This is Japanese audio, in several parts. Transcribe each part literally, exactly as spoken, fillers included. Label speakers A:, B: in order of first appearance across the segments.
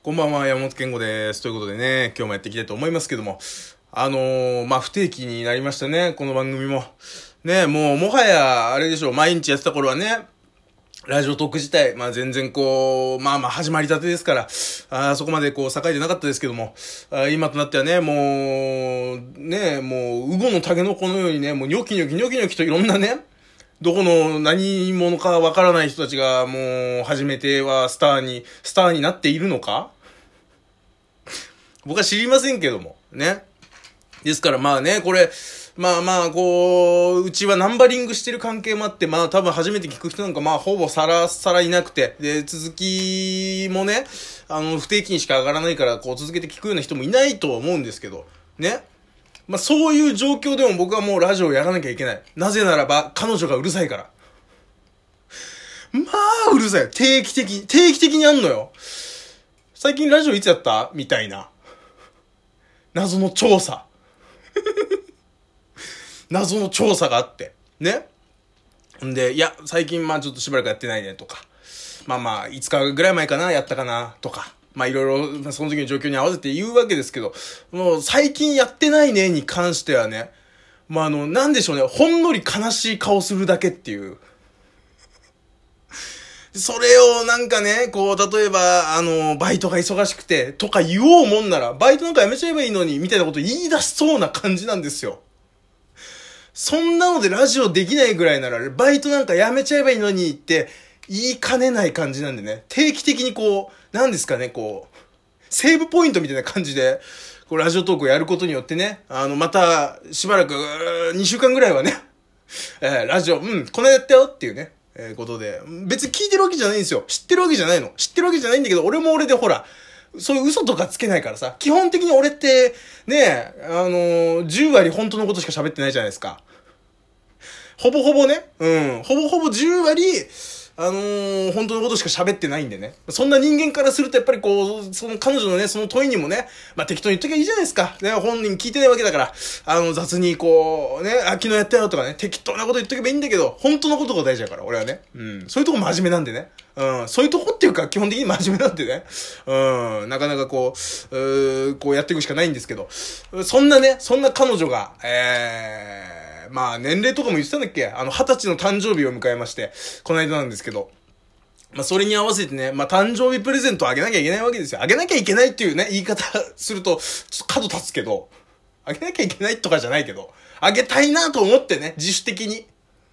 A: こんばんは、山本健吾です。ということでね、今日もやっていきたいと思いますけども、あのー、まあ、不定期になりましたね、この番組も。ね、もう、もはや、あれでしょう、毎日やってた頃はね、ラジオトーク自体、まあ全然こう、まあまあ始まりたてですから、あそこまでこう栄えてなかったですけども、あ今となってはね、もう、ね、もう、ウゴのタケノコのようにね、もうニョキニョキニョキニョキといろんなね、どこの何者かわからない人たちがもう、初めてはスターに、スターになっているのか僕は知りませんけども、ね。ですからまあね、これ、まあまあ、こう、うちはナンバリングしてる関係もあって、まあ多分初めて聞く人なんかまあほぼさらさらいなくて、で、続きもね、あの、不定期にしか上がらないから、こう続けて聞くような人もいないとは思うんですけど、ね。まあそういう状況でも僕はもうラジオをやらなきゃいけない。なぜならば、彼女がうるさいから。まあ、うるさい。定期的、定期的にあんのよ。最近ラジオいつやったみたいな。謎の調査。謎の調査があって。ね。んで、いや、最近まあちょっとしばらくやってないねとか。まあまあ、いつかぐらい前かな、やったかな、とか。まあいろいろ、その時の状況に合わせて言うわけですけど、もう最近やってないねに関してはね、まああの、なんでしょうね、ほんのり悲しい顔するだけっていう。それをなんかね、こう、例えば、あの、バイトが忙しくて、とか言おうもんなら、バイトなんかやめちゃえばいいのに、みたいなこと言い出しそうな感じなんですよ。そんなのでラジオできないぐらいなら、バイトなんかやめちゃえばいいのにって、言いかねない感じなんでね、定期的にこう、なんですかね、こう、セーブポイントみたいな感じで、こう、ラジオトークをやることによってね、あの、また、しばらく、にしゅうかんぐらいはね、えー、ラジオ、うん、この間やったよっていうね、えー、ことで、別に聞いてるわけじゃないんですよ。知ってるわけじゃないの。知ってるわけじゃないんだけど、俺も俺でほら、そういう嘘とかつけないからさ、基本的に俺って、ね、あのー、じゅう割本当のことしか喋ってないじゃないですか。ほぼほぼね、うん、ほぼほぼじゅう割、あのー、本当のことしか喋ってないんでね。そんな人間からするとやっぱりこう、その彼女のね、その問いにもね、まあ、適当に言っときゃいいじゃないですか。ね、本人聞いてないわけだから、あの、雑にこう、ね、あ、昨日やったよとかね、適当なこと言っとけばいいんだけど、本当のことが大事だから、俺はね。うん、そういうとこ真面目なんでね。うん、そういうとこっていうか、基本的に真面目なんでね。うん、なかなかこう、うーこうやっていくしかないんですけど、そんなね、そんな彼女が、えー、まあ年齢とかも言ってたんだっけ、あの二十歳の誕生日を迎えまして、この間なんですけど、まあそれに合わせてね、まあ誕生日プレゼントをあげなきゃいけないわけですよ。あげなきゃいけないっていうね、言い方すると、ちょっと角立つけど、あげなきゃいけないとかじゃないけど、あげたいなと思ってね、自主的に。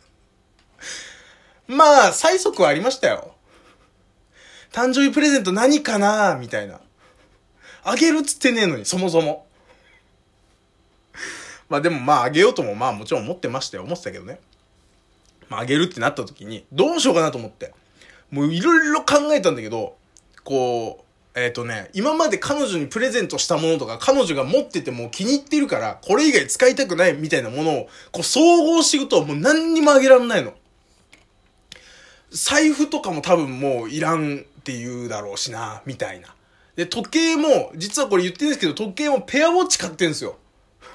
A: まあ、催促はありましたよ。誕生日プレゼント何かなみたいな。あげるっつってねえのに、そもそも。まあでもまああげようともまあもちろん思ってましたよ。思ってたけどね。まああげるってなった時に、どうしようかなと思って。もういろいろ考えたんだけど、こう、えっとね、今まで彼女にプレゼントしたものとか、彼女が持ってても気に入ってるから、これ以外使いたくないみたいなものを、こう総合していくともう何にもあげられないの。財布とかも多分もういらんって言うだろうしな、みたいな。で、時計も、実はこれ言ってるんですけど、時計もペアウォッチ買ってるんですよ。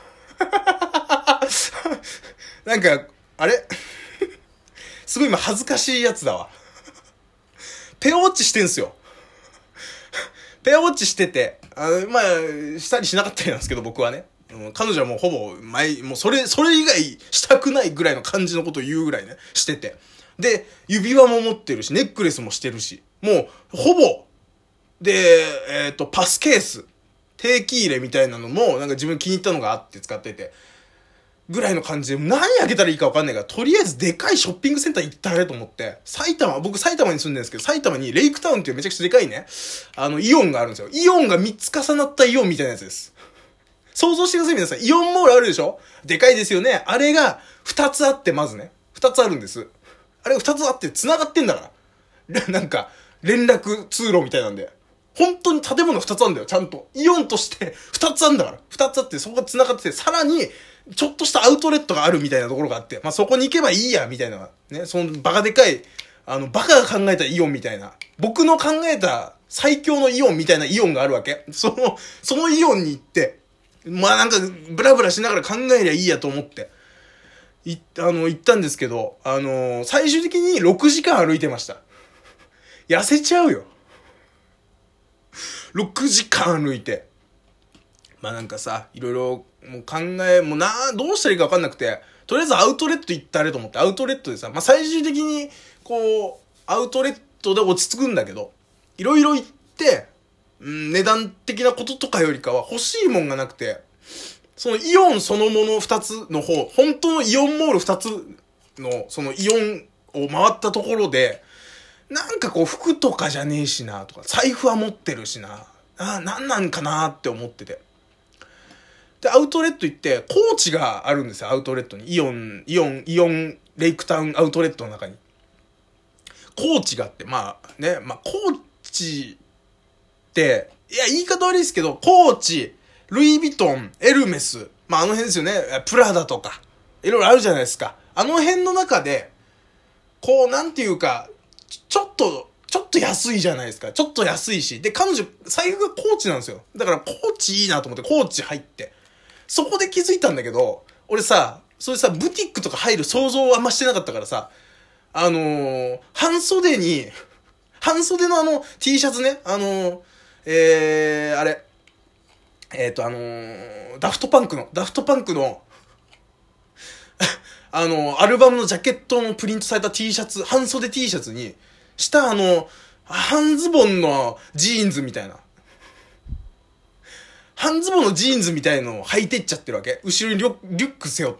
A: なんか、あれすごい今恥ずかしいやつだわ。ペアウォッチしてんすよ。ペアウォッチしてて、あの、まあ、したりしなかったりなんですけど、僕はね。うん、彼女はもうほぼ、前、もうそれ、それ以外したくないぐらいの感じのことを言うぐらいね、してて。で、指輪も持ってるし、ネックレスもしてるし、もう、ほぼ、で、えっと、パスケース、定期入れみたいなのも、なんか自分気に入ったのがあって使ってて、ぐらいの感じで、何あげたらいいか分かんないから、とりあえずでかいショッピングセンター行ったらと思って、埼玉、僕埼玉に住んでるんですけど、埼玉にレイクタウンっていうめちゃくちゃでかいね、あの、イオンがあるんですよ。イオンがみっつ重なったイオンみたいなやつです。想像してください皆さん。イオンモールあるでしょ？でかいですよね。あれがふたつあって、まずね。ふたつあるんです。あれがふたつあって繋がってんだから。なんか、連絡通路みたいなんで。本当に建物ふたつあるんだよ、ちゃんと。イオンとしてふたつあるんだから。ふたつあって、そこが繋がってて、さらに、ちょっとしたアウトレットがあるみたいなところがあって、まあ、そこに行けばいいや、みたいな。ね、そのバカでかい、あの、バカが考えたイオンみたいな。僕の考えた最強のイオンみたいなイオンがあるわけ。その、そのイオンに行って、まあなんか、ブラブラしながら考えりゃいいやと思って、い、あの、行ったんですけど、あのー、最終的にろくじかん歩いてました。痩せちゃうよ。 ろくじかん歩いて。まあなんかさ、いろいろもう考え、もうな、どうしたらいいかわかんなくて、とりあえずアウトレット行ったれと思って、アウトレットでさ、まあ最終的に、こう、アウトレットで落ち着くんだけど、いろいろ行って、うん、値段的なこととかよりかは欲しいもんがなくて、そのイオンそのもの二つの方、本当のイオンモール二つの、そのイオンを回ったところで、なんかこう服とかじゃねえしなとか、財布は持ってるしな、あ、なんなんかなって思ってて。で、アウトレット行って、コーチがあるんですよ、アウトレットに。イオン、イオン、イオン、レイクタウンアウトレットの中に。コーチがあって、まあね、まあコーチって、いや、言い方悪いですけど、コーチ、ルイ・ヴィトン、エルメス、まああの辺ですよね、プラダとか、いろいろあるじゃないですか。あの辺の中で、こう、なんていうか、ちょっと、ちょっと安いじゃないですか。ちょっと安いし。で、彼女、財布がコーチなんですよ。だからコーチいいなと思って、コーチ入って。そこで気づいたんだけど、俺さ、それさ、ブティックとか入る想像はあんましてなかったからさ、あのー、半袖に、半袖のあの T シャツね、あのー、えー、あれ、えっとあのー、ダフトパンクの、ダフトパンクの、あの、アルバムのジャケットのプリントされた T シャツ、半袖 T シャツに、下あの、半ズボンのジーンズみたいな。半ズボンのジーンズみたいのを履いてっちゃってるわけ。後ろにリュリュック背負って。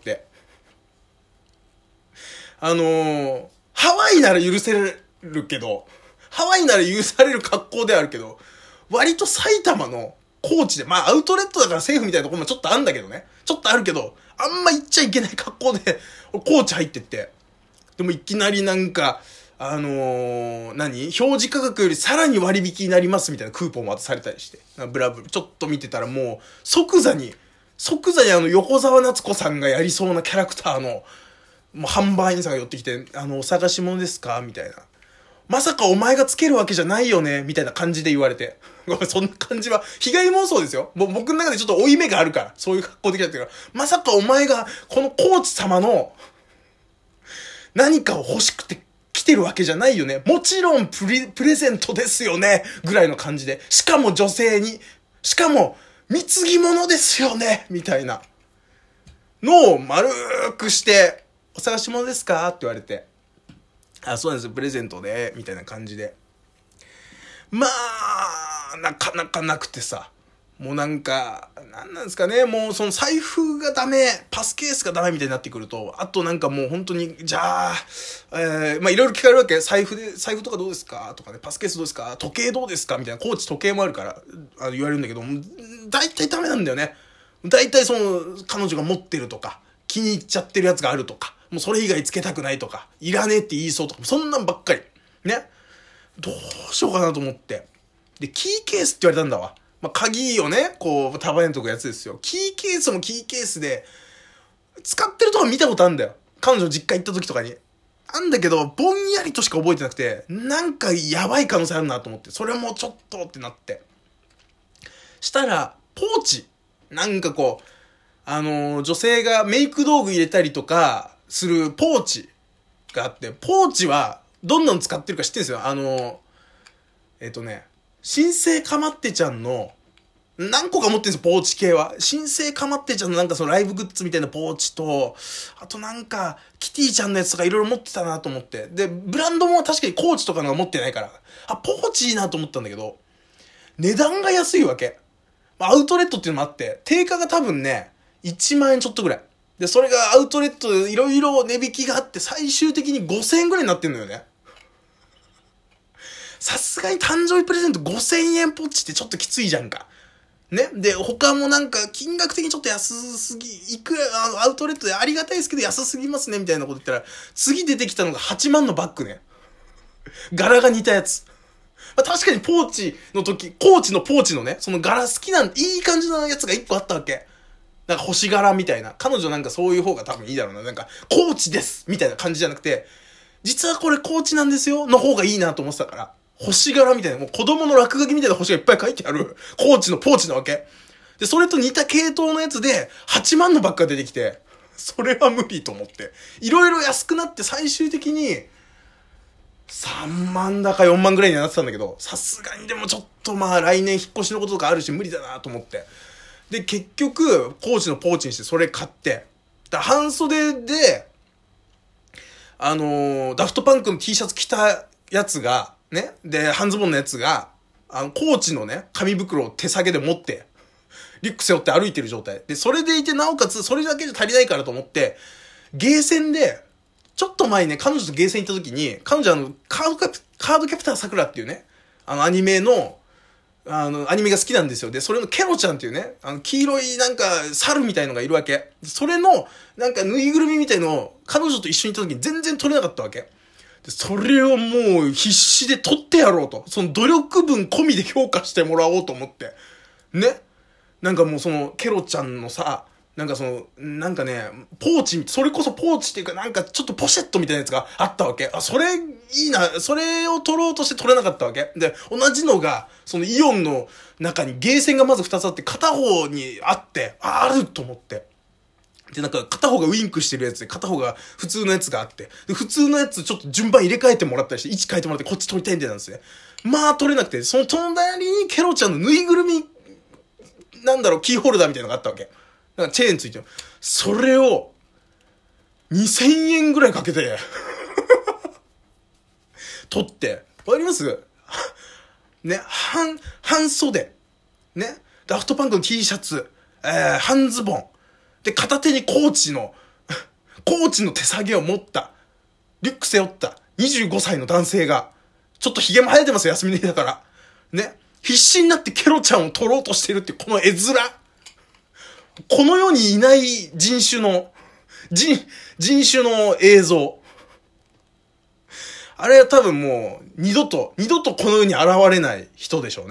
A: あのー、ハワイなら許せるけど、ハワイなら許される格好であるけど、割と埼玉の高知で、まあアウトレットだからセーフみたいなところもちょっとあるんだけどね。ちょっとあるけど、あんま行っちゃいけない格好で、高知入ってって。でもい即なりなんか、あのー、何表示価格よりさらに割引になりますみたいなクーポン渡されたりして。ブラブラ。ちょっと見てたらもう、即座に、即座にあの横澤夏子さんがやりそうなキャラクターの、もう販売員さんが寄ってきて、あの、お探し物ですかみたいな。まさかお前がつけるわけじゃないよねみたいな感じで言われて。そんな感じは、被害妄想ですよ。もう僕の中でちょっと負い目があるから、そういう格好できたっていうから、まさかお前が、このコーチ様の、何かを欲しくて来てるわけじゃないよね。もちろんプレ、プレゼントですよねぐらいの感じで。しかも女性に、しかも、貢ぎ物ですよねみたいなのを丸くして、お探し物ですかって言われて。あ、そうなんですよ、プレゼントで、みたいな感じで。まあ、なかなかなくてさ。もうなんか、なんなんですかね、もうその財布がダメ、パスケースがダメみたいになってくると、あとなんかもう本当に、じゃあ、えー、まあいろいろ聞かれるわけ。財布で、財布とかどうですかとかね、パスケースどうですか時計どうですかみたいな、コーチ時計もあるから、あの言われるんだけど、大体ダメなんだよね。大体その、彼女が持ってるとか、気に入っちゃってるやつがあるとか、もうそれ以外つけたくないとか、いらねえって言いそうとか、そんなんばっかり。ね。どうしようかなと思って。で、キーケースって言われたんだわ。まあ、鍵をね、こう、束ねとくやつですよ。キーケースもキーケースで、使ってるとこ見たことあるんだよ。彼女実家行った時とかに。あんだけど、ぼんやりとしか覚えてなくて、なんかやばい可能性あるなと思って、それもちょっとってなって。したら、ポーチ。なんかこう、あのー、女性がメイク道具入れたりとか、するポーチがあって、ポーチは、どんどん使ってるか知ってるんですよ。あのー、えっとね、新生かまってちゃんの、何個か持ってるんですよ、ポーチ系は。新生かまってちゃんのなんかそのライブグッズみたいなポーチと、あとなんか、キティちゃんのやつとかいろいろ持ってたなと思って。で、ブランドも確かにコーチとかのが持ってないから、あ、ポーチいいなと思ったんだけど、値段が安いわけ。アウトレットっていうのもあって、定価が多分ね、いちまんえんちょっとぐらい。で、それがアウトレットでいろいろ値引きがあって、最終的にごせんえんぐらいになってんのよね。さすがに誕生日プレゼントごせんえんポッチってちょっときついじゃんか。ね。で、他もなんか金額的にちょっと安すぎ、いくら、あの、アウトレットでありがたいですけど安すぎますね、みたいなこと言ったら、次出てきたのがはちまんのバッグね。柄が似たやつ。まあ、確かにポーチの時、コーチのポーチのね、その柄好きなん、いい感じのやつがいっこあったわけ。なんか星柄みたいな。彼女なんかそういう方が多分いいだろうな。なんか、コーチですみたいな感じじゃなくて、実はこれコーチなんですよの方がいいなと思ってたから。星柄みたいな、もう子供の落書きみたいな星がいっぱい書いてある、コーチのポーチなわけ。で、それと似た系統のやつで、はちまんのバッグが出てきて、それは無理と思って。いろいろ安くなって最終的に、 さんまんだかよんまんぐらいにはなってたんだけど、さすがにでもちょっとまあ来年引っ越しのこととかあるし無理だなと思って。で、結局、コーチのポーチにしてそれ買って、だ半袖で、あのー、ダフトパンクの T シャツ着たやつが、ね、で、半ズボンのやつが、あの、コーチのね、紙袋を手提げで持って、リュック背負って歩いてる状態。で、それでいて、なおかつ、それだけじゃ足りないからと思って、ゲーセンで、ちょっと前にね、彼女とゲーセン行った時に、彼女あの、カードカプ、カードキャプター桜っていうね、あの、アニメの、あの、アニメが好きなんですよ。で、それのケロちゃんっていうね、あの、黄色いなんか、猿みたいのがいるわけ。それの、なんか、ぬいぐるみみたいのを、彼女と一緒に行った時に全然取れなかったわけ。で、それをもう、必死で取ってやろうと。その努力分込みで評価してもらおうと思って。ね。なんかもうその、ケロちゃんのさ、なんかその、なんかね、ポーチ、それこそポーチっていうかなんかちょっとポシェットみたいなやつがあったわけ。あ、それいいな、それを取ろうとして取れなかったわけ。で、同じのが、そのイオンの中にゲーセンがまず二つあって、片方にあって、あ、あると思って。で、なんか片方がウインクしてるやつで、片方が普通のやつがあって、で、普通のやつちょっと順番入れ替えてもらったりして、位置変えてもらってこっち取りたいんだよなんですね。まあ取れなくて、その隣にケロちゃんのぬいぐるみ、なんだろう、キーホルダーみたいなのがあったわけ。なんかチェーンついてる。それを、にせんえんぐらいかけて、取って、わかりますね、半、半袖。ね、ダフトパンクの T シャツ、えー、半ズボン。で、片手にコーチの、コーチの手提げを持った、リュック背負ったにじゅうごさいの男性が、ちょっと髭も生えてますよ、休みの日だから。ね、必死になってケロちゃんを取ろうとしてるっていうこの絵面。この世にいない人種の、人、人種の映像。あれは多分もう、二度と、二度とこの世に現れない人でしょうね。